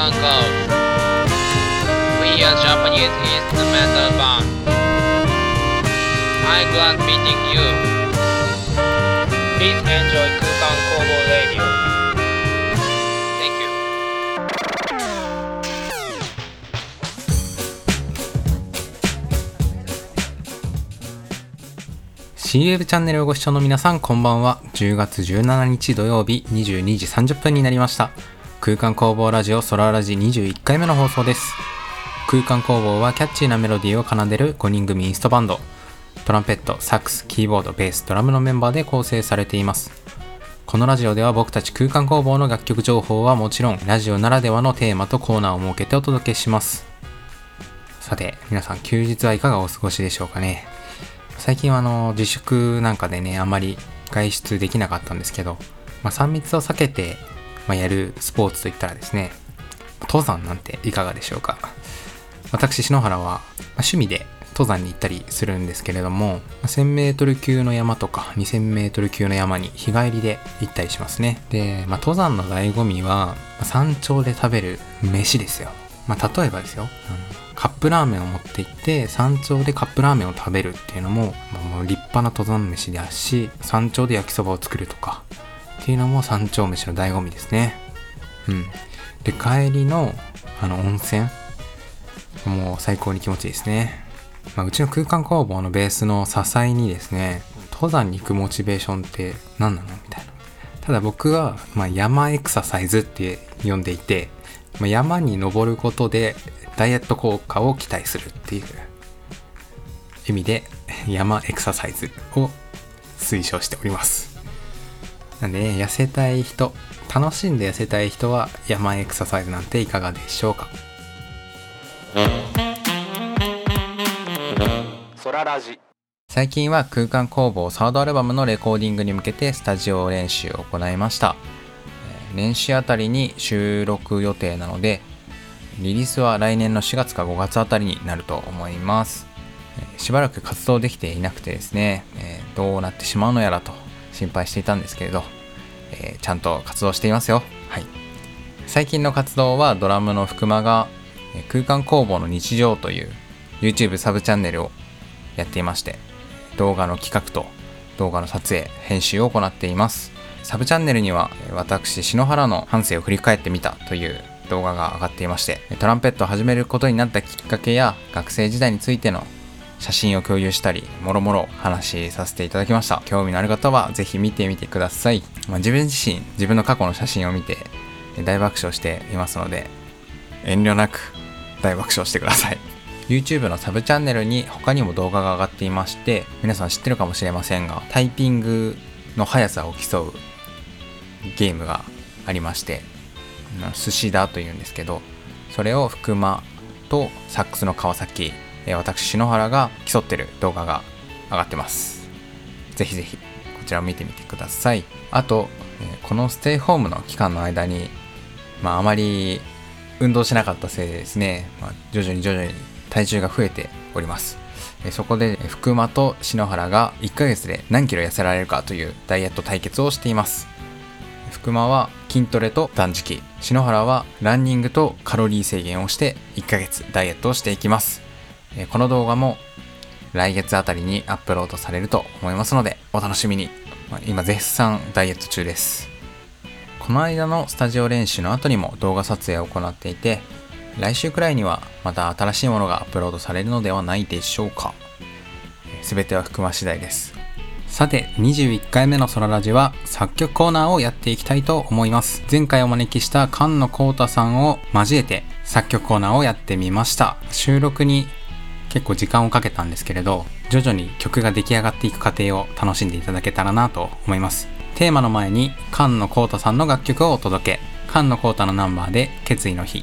One Code. We are Japanese instrumental band. I'm glad meeting you. Please enjoy 空間工房 Radio. Thank you. CWeb チャンネルをご視聴の皆さん、こんばんは。10月17日土曜日22時30分になりました。空間工房ラジオソララジ21回目の放送です。空間工房はキャッチーなメロディーを奏でる5人組インストバンド。トランペット、サックス、キーボード、ベース、ドラムのメンバーで構成されています。このラジオでは僕たち空間工房の楽曲情報はもちろん、ラジオならではのテーマとコーナーを設けてお届けします。さて、皆さん休日はいかがお過ごしでしょうかね。最近は自粛なんかでね、あまり外出できなかったんですけど、3密を避けて、やるスポーツといったらですね、登山なんていかがでしょうか。私篠原は、趣味で登山に行ったりするんですけれども、1000メートル級の山とか2000メートル級の山に日帰りで行ったりしますね。で、登山の醍醐味は山頂で食べる飯ですよ。例えばですよ、カップラーメンを持って行って山頂でカップラーメンを食べるっていうのも、もう立派な登山飯ですし、山頂で焼きそばを作るとかっていうのも山頂飯の醍醐味ですね。で、帰りの温泉もう最高に気持ちいいですね。うちの空間工房のベースの支えにですね、登山に行くモチベーションって何なのみたいな。ただ僕は、山エクササイズって呼んでいて、山に登ることでダイエット効果を期待するっていう意味で山エクササイズを推奨しております。なんで、痩せたい人、楽しんで痩せたい人は山エクササイズなんていかがでしょうか。ソララジ。最近は空間工房サードアルバムのレコーディングに向けてスタジオ練習を行いました。年始あたりに収録予定なので、リリースは来年の4月か5月あたりになると思います。しばらく活動できていなくてですね、どうなってしまうのやらと心配していたんですけれど、ちゃんと活動していますよ。はい。最近の活動はドラムの福間が空間工房の日常という YouTube サブチャンネルをやっていまして、動画の企画と動画の撮影、編集を行っています。サブチャンネルには私篠原の半生を振り返ってみたという動画が上がっていまして、トランペットを始めることになったきっかけや学生時代についての写真を共有したり、もろもろ話させていただきました。興味のある方はぜひ見てみてください。自分自身、自分の過去の写真を見て大爆笑していますので、遠慮なく大爆笑してください。YouTube のサブチャンネルに他にも動画が上がっていまして、皆さん知ってるかもしれませんが、タイピングの速さを競うゲームがありまして、寿司だというんですけど、それを福間とサックスの川崎、私篠原が競ってる動画が上がってます。ぜひぜひこちらを見てみてください。あと、このステイホームの期間の間に、あまり運動しなかったせいでですね、徐々に体重が増えております。そこで福間と篠原が1ヶ月で何キロ痩せられるかというダイエット対決をしています。福間は筋トレと断食、篠原はランニングとカロリー制限をして1ヶ月ダイエットをしていきます。この動画も来月あたりにアップロードされると思いますのでお楽しみに。今絶賛ダイエット中です。この間のスタジオ練習の後にも動画撮影を行っていて、来週くらいにはまた新しいものがアップロードされるのではないでしょうか。全ては福間次第です。さて、21回目のソララジは作曲コーナーをやっていきたいと思います。前回お招きした菅野浩太さんを交えて作曲コーナーをやってみました。収録に結構時間をかけたんですけれど、徐々に曲が出来上がっていく過程を楽しんでいただけたらなと思います。テーマの前に菅野浩太さんの楽曲をお届け。菅野浩太のナンバーで決意の日。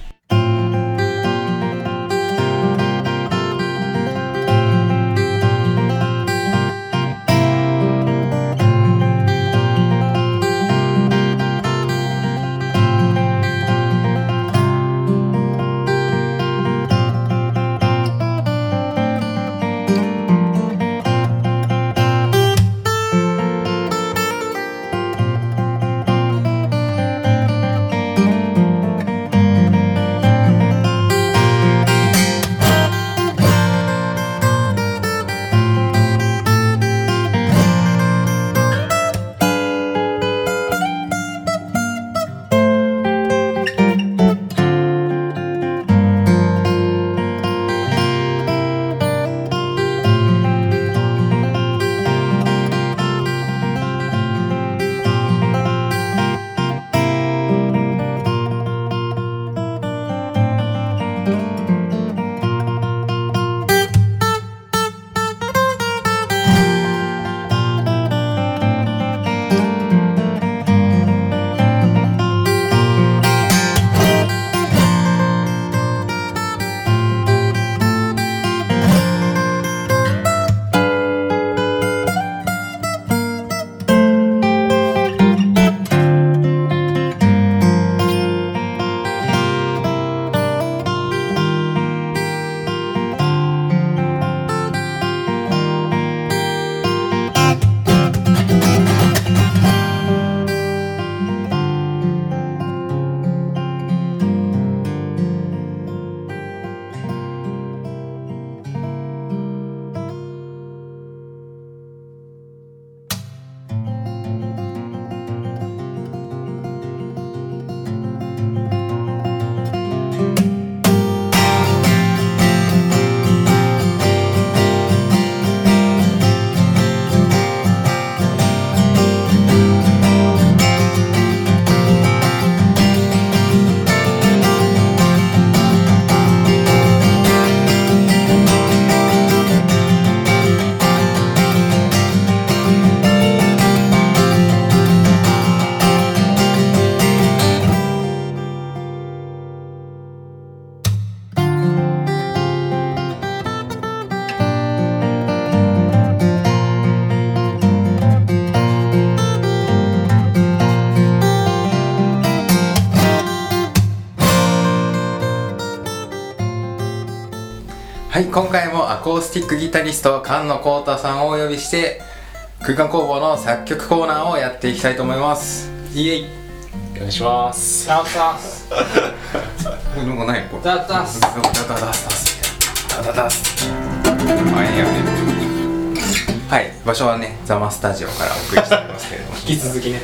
はい、今回もアコースティックギタリスト菅野浩太さんをお呼びして空間工房の作曲コーナーをやっていきたいと思います。イエイ。 お願いします。 ダダスなんかないこれ。 ダダスダダダス。はいやね。はい、場所はねザマスタジオからお送りしておりますけれども引き続き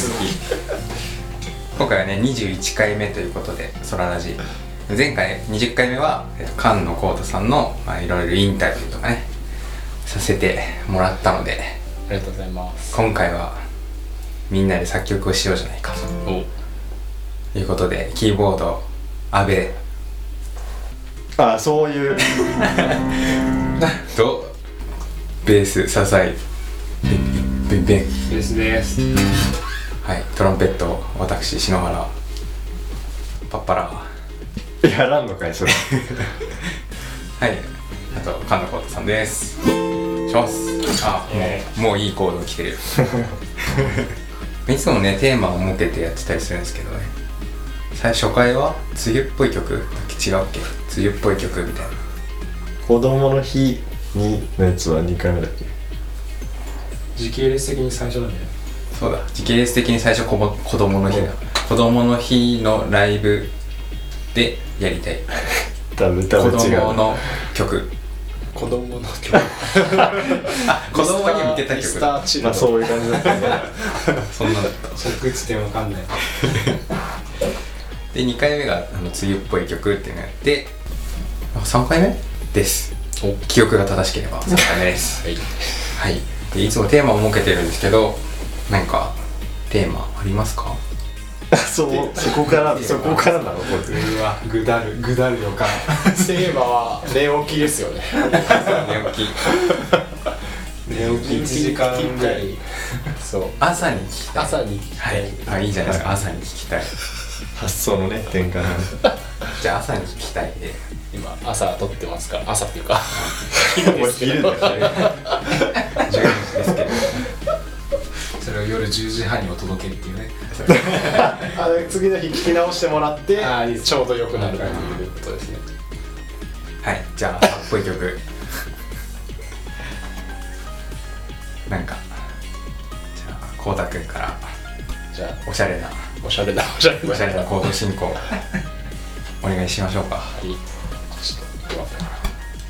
今回はね21回目ということでソララジ、前回20回目は菅野浩太さんのいろいろインタビューとかねさせてもらったので、 ありがとうございます。 今回はみんなで作曲をしようじゃないかということで、キーボード阿部そういうとベース笹井ベンベースです。 はい、トランペット私篠原パッパラやらんのかいそれはい、あと菅野浩太さんです。します。もういいコード来てるいつもねテーマを設けてやってたりするんですけどね、初回は梅雨っぽい曲だっけ、違うっけ、梅雨っぽい曲みたいな。 子供の日にのやつは2回目だっけ。 時系列的に最初だね。 そうだ、時系列的に最初子供の日だ。子供の日のライブでやりたい。 多分違う。 子供の曲。 子供の曲子供に向けた曲。 ミスターチルド。 そういう感じだったねそんなだった。 着地点わかんない。 で2回目が梅雨っぽい曲っていうのやって、3回目です記憶が正しければ3回目ですはい、でいつもテーマを設けてるんですけど、何かテーマありますか？ そこからなのこれ。 うわ、ぐだる予感テーマは寝起きですよね。 寝起き 1時間ぐらい。そう、 朝に聞きたい。 朝に聞きたい。 いいじゃないですか、朝に聞きたい。 発想のね転換じゃあ朝に聞きたいで、 今朝撮ってますから、朝っていうかもう昼だよ 10時ですけどそれを夜10時半にお届けっていうね次の日聞き直してもらってちょうど良くなるということですね。 はい、じゃあ朝っぽい曲なんか、じゃあこうたくんからじゃあおしゃれなコード進行お願いしましょうか。 はい、ちょっとよかったかな。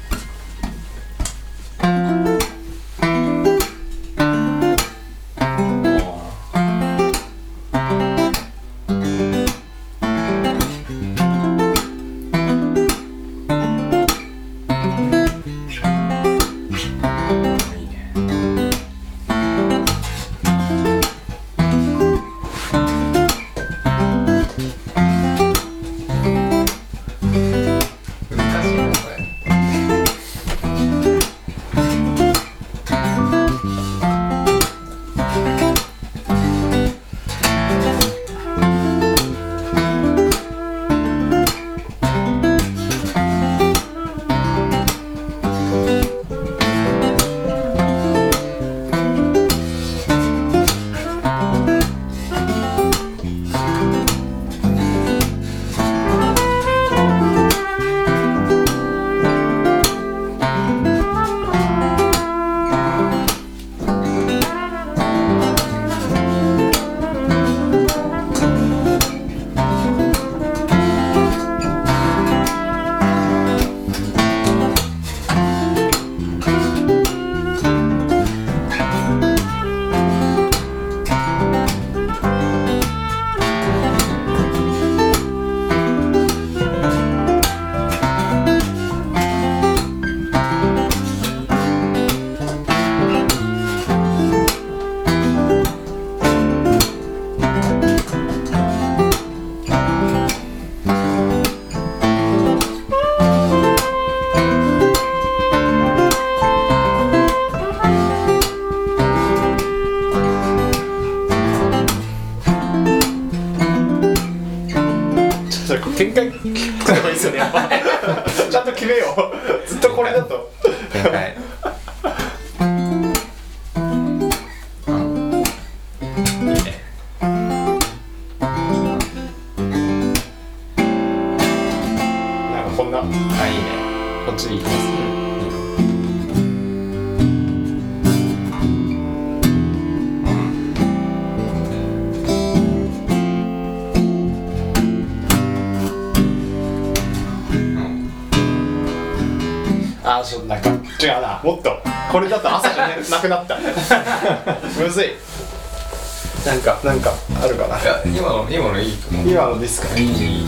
展開結構いいですよねやっぱちゃんと決めようずっとこれだと展開いいね。 なんかこんなあ、いいね。 こっちに行きますね。 あちょっとなんか違うな、もっとこれだと朝じゃなくなったむずい。なんかあるかな。 いや今のいいと思う。 今のですかね。 いい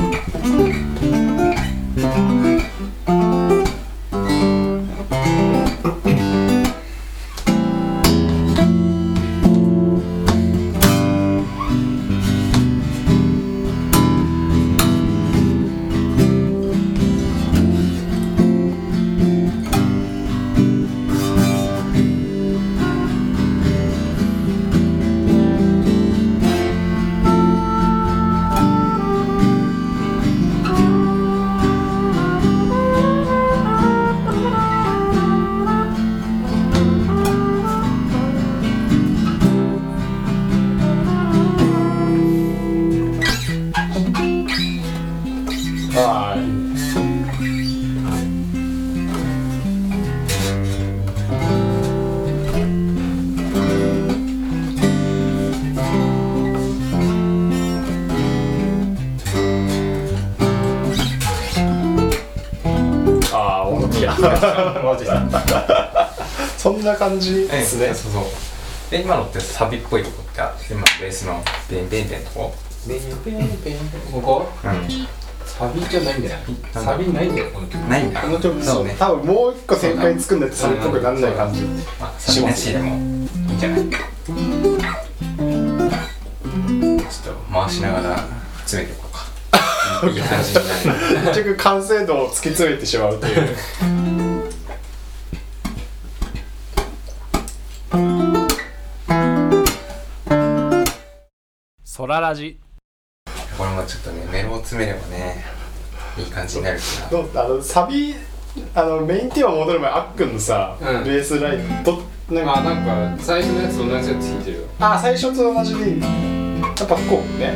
ああああ大きいやマジでそんな感じですね。 そうそう。で今のってサビっぽいとこってあって、今ベースのベンベンベンとこ。 ベンベンベンここサビじゃないんだよ。サビないんだよこの曲。 ないんだ。 この曲そうね。 多分もう一個展開作んないとそれっぽくなんない感じサビなしでもいいんじゃない。ちょっと回しながら詰めていこうか。いい感じになる。 結局完成度を突き詰めてしまうというソララジ。 これもちょっとねメロを詰めればねいい感じになるしな。 どうサビメインテーマ戻る前あっくんのさ、ベースラインなんか最初のやつと同じやつ弾いてるよ。 最初と同じでいいやっぱこうね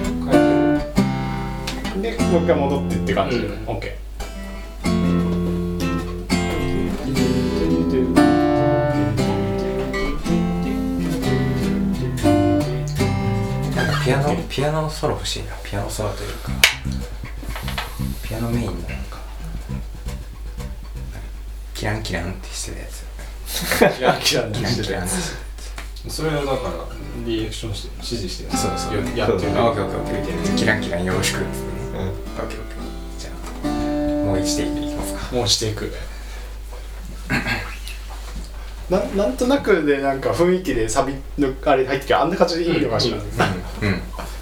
でもう一回戻ってって感じで、オッケー。 ピアノソロ欲しいな。ピアノソロというかピアノメインのなんかキランキランってしてるやつ。 キランキランキランキランってそれをだからリアクションして指示してる。 そうそうやってる。 オッケーオッケーオッケー。キランキランよろしくっつってね。オッケーオッケー。じゃあもう一テイクいきますか。 もうしていくなんとなくでなんか雰囲気でサビのあれ入ってきてあんな感じでいいのかしら。 うん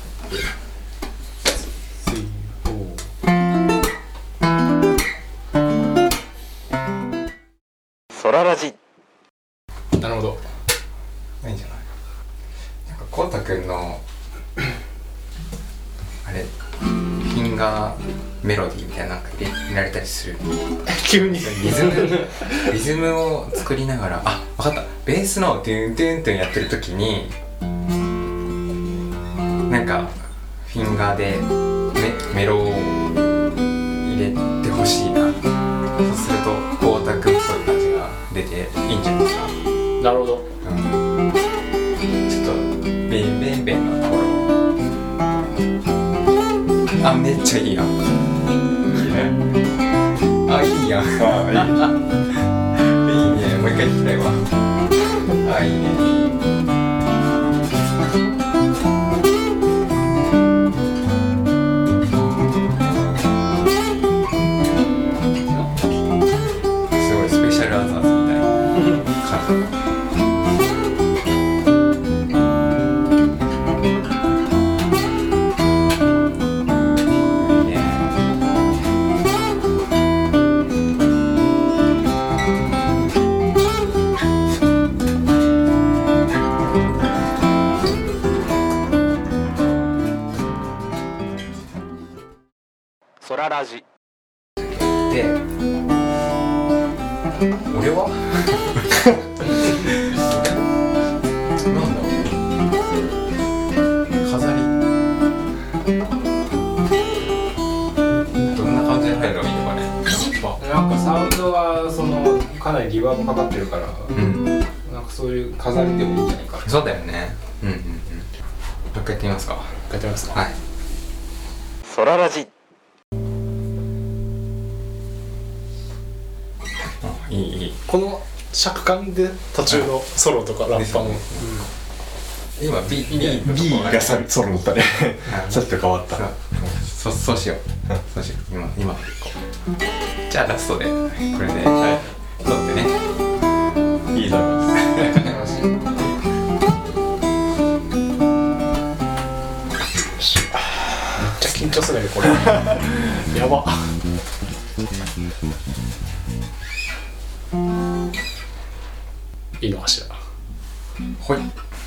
ソララジ。 なるほど。 いいんじゃない。なんかこうたくんのあれフィンガーメロディーみたいななんか入れられたりする。 急にリズムを作りながら、分かった。ベースのトゥントゥントゥンやってる時になんかフィンガーでメロを入れてほしいな。そうするとこうたくんっぽい感じが出ていいんじゃないですか。 なるほど。 ちょっとベンベンベンのところめっちゃいいやん。いいね。いいやん。いいね。もう一回聞きたいわ。いいね。すごいスペシャルアザーズみたいな感じ。 ソララジ。 で、俺はなんだ飾りどんな感じで入るのがいいのかね。 なんかサウンドはそのかなりリバーブかかってるから、なんかそういう飾りでもいいんじゃないかな。 そうだよね。もう一回やってみますか。 やってみますか。 はい。ソララジ。いこの尺感で途中のソロとかラッパも、 今 B がソロだったねさっきと変わった。 そうしよう。そうしよう。今こう。じゃあラストでこれで撮ってね。 いいと思います。 楽しい。 めっちゃ緊張するねこれやば。いいのかしら。 ほい。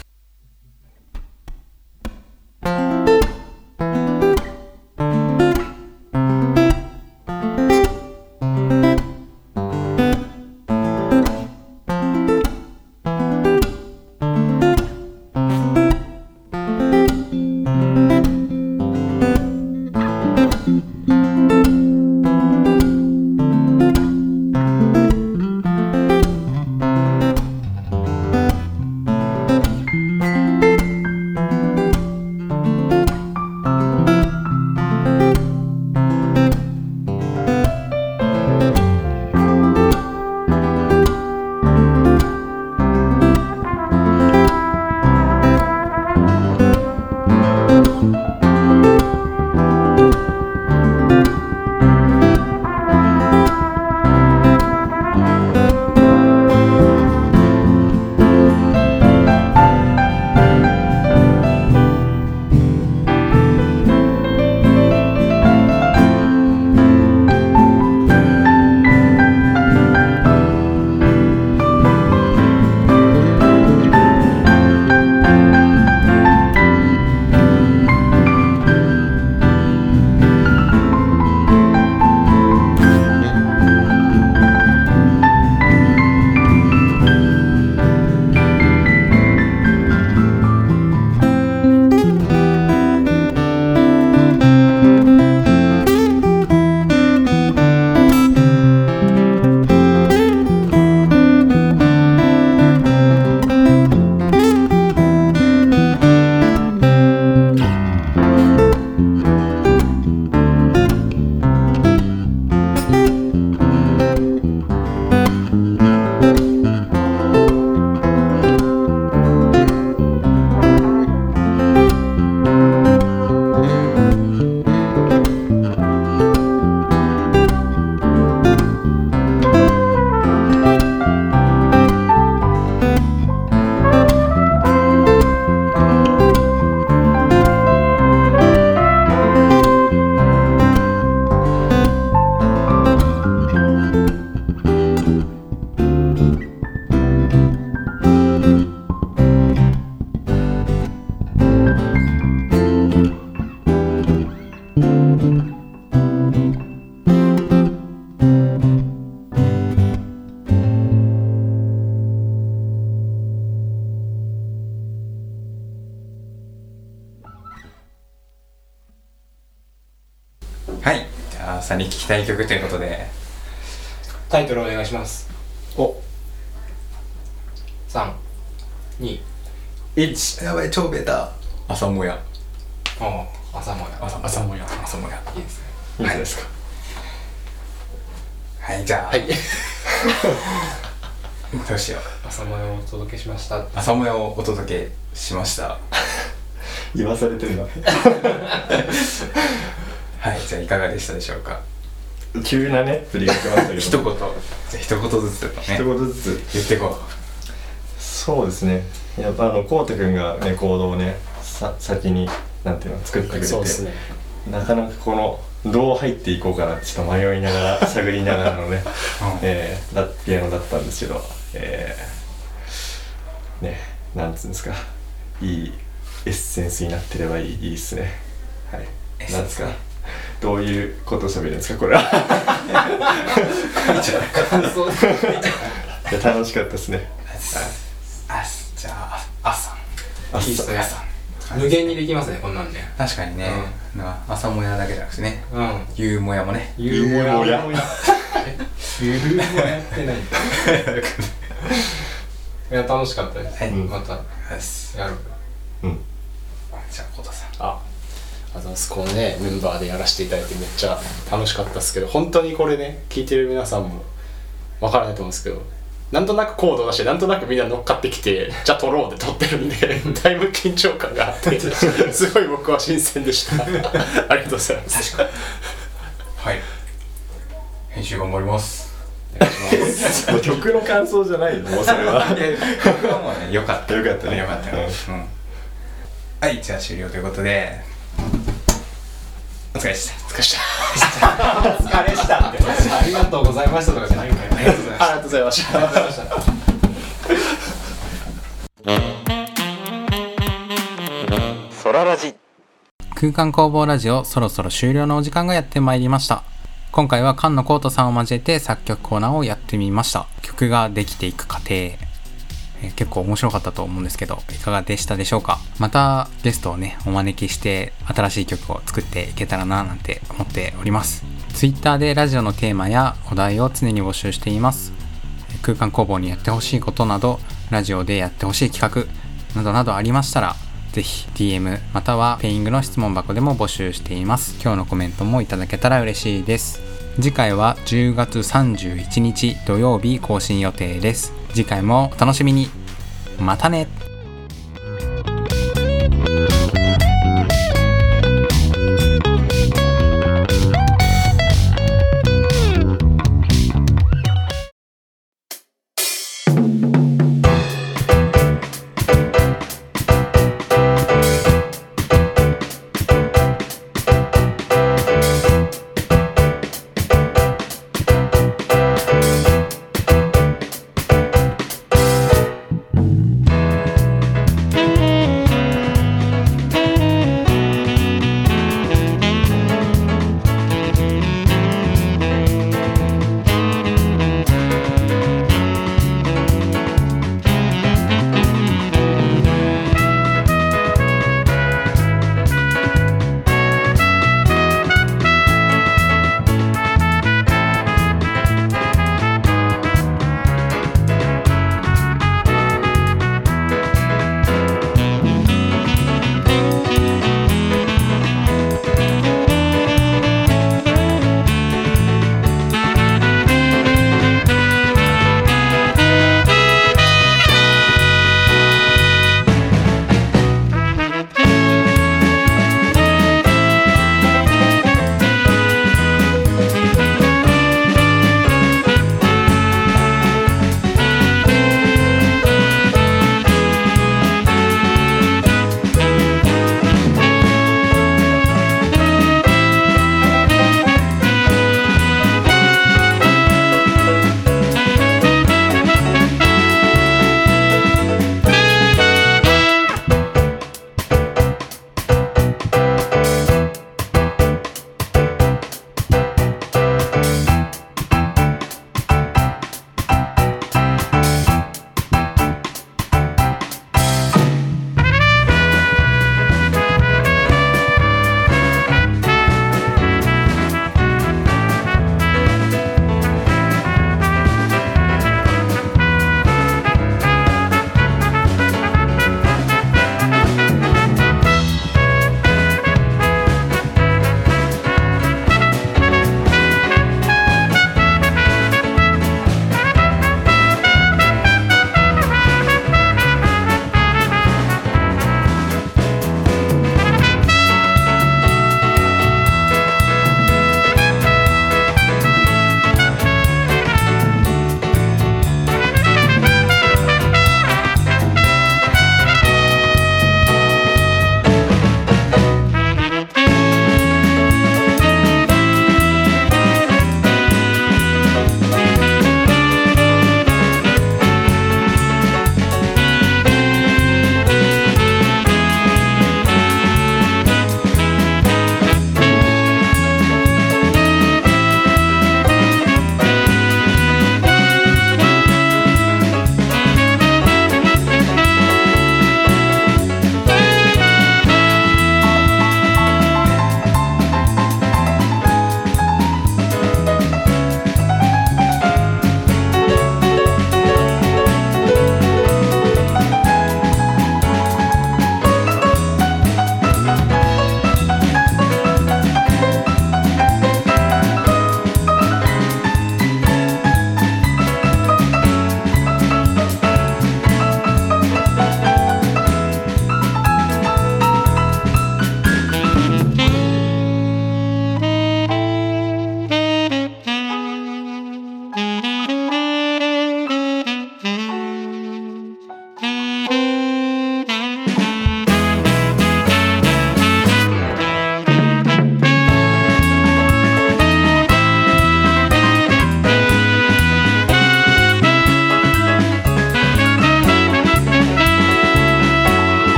はい、じゃあ朝に聴きたい曲ということでタイトルお願いします。 お 3、2、 1。やばい、超ベタ。朝もや。 朝もや。 朝もや。朝もや。 いいですね。 いいじゃないですか。 はい、じゃあ、 はいどうしよう。 朝もやをお届けしました。 朝もやをお届けしました。 言わされてるな。 はい、じゃあいかがでしたでしょうか。 急なね振りが来ましたけど一言、じゃあ一言ずつね、 一言ずつ言ってこそうですね。やっぱこうたくんがレコードをね先になんていうの作ってくれて、 そうですね。 なかなかこのどう入っていこうかなちょっと迷いながら探りながらのね、ピアノだったんですけど、ね、なんつうんですか、いいエッセンスになってればいいですね。はい。なんですか。どういうことを喋るんですかこれは。 感想でいや楽しかったですね。 じゃあ朝いいっすね。無限にできますねこんなんね。 確かにね、朝もやだけじゃなくてね、夕もやもね、 ゆうもやゆるもやってない。いや楽しかったです。 はい、 またやる。 じゃあコタさん。 このねメンバーでやらせていただいてめっちゃ楽しかったですけど、本当にこれね聞いてる皆さんもわからないと思うんですけど、 なんとなくコード出してなんとなくみんな乗っかってきてじゃあ撮ろうで撮ってるんでだいぶ緊張感があってすごい僕は新鮮でしたありがとうございます確かにはい編集頑張りますもう曲の感想じゃないのもうそれは僕はもうねよかったよかったねよかったよ、はいじゃあ終了ということでお疲れでしたお疲れした疲れしたってありがとうございましたとかじゃないんかよ。ありがとうございまありがとうございましたありがとうございました。 ソララジ空間工房ラジオそろそろ終了のお時間がやってまいりました。今回は菅野浩人さんを交えて作曲コーナーをやってみました。曲ができていく過程、結構面白かったと思うんですけどいかがでしたでしょうか。またゲストをねお招きして新しい曲を作っていけたらななんて思っております。Twitter でラジオのテーマやお題を常に募集しています。空間工房にやってほしいことなどラジオでやってほしい企画などなどありましたらぜひ DM またはペイングの質問箱でも募集しています。今日のコメントもいただけたら嬉しいです。次回は10月31日土曜日更新予定です。次回もお楽しみに。またね。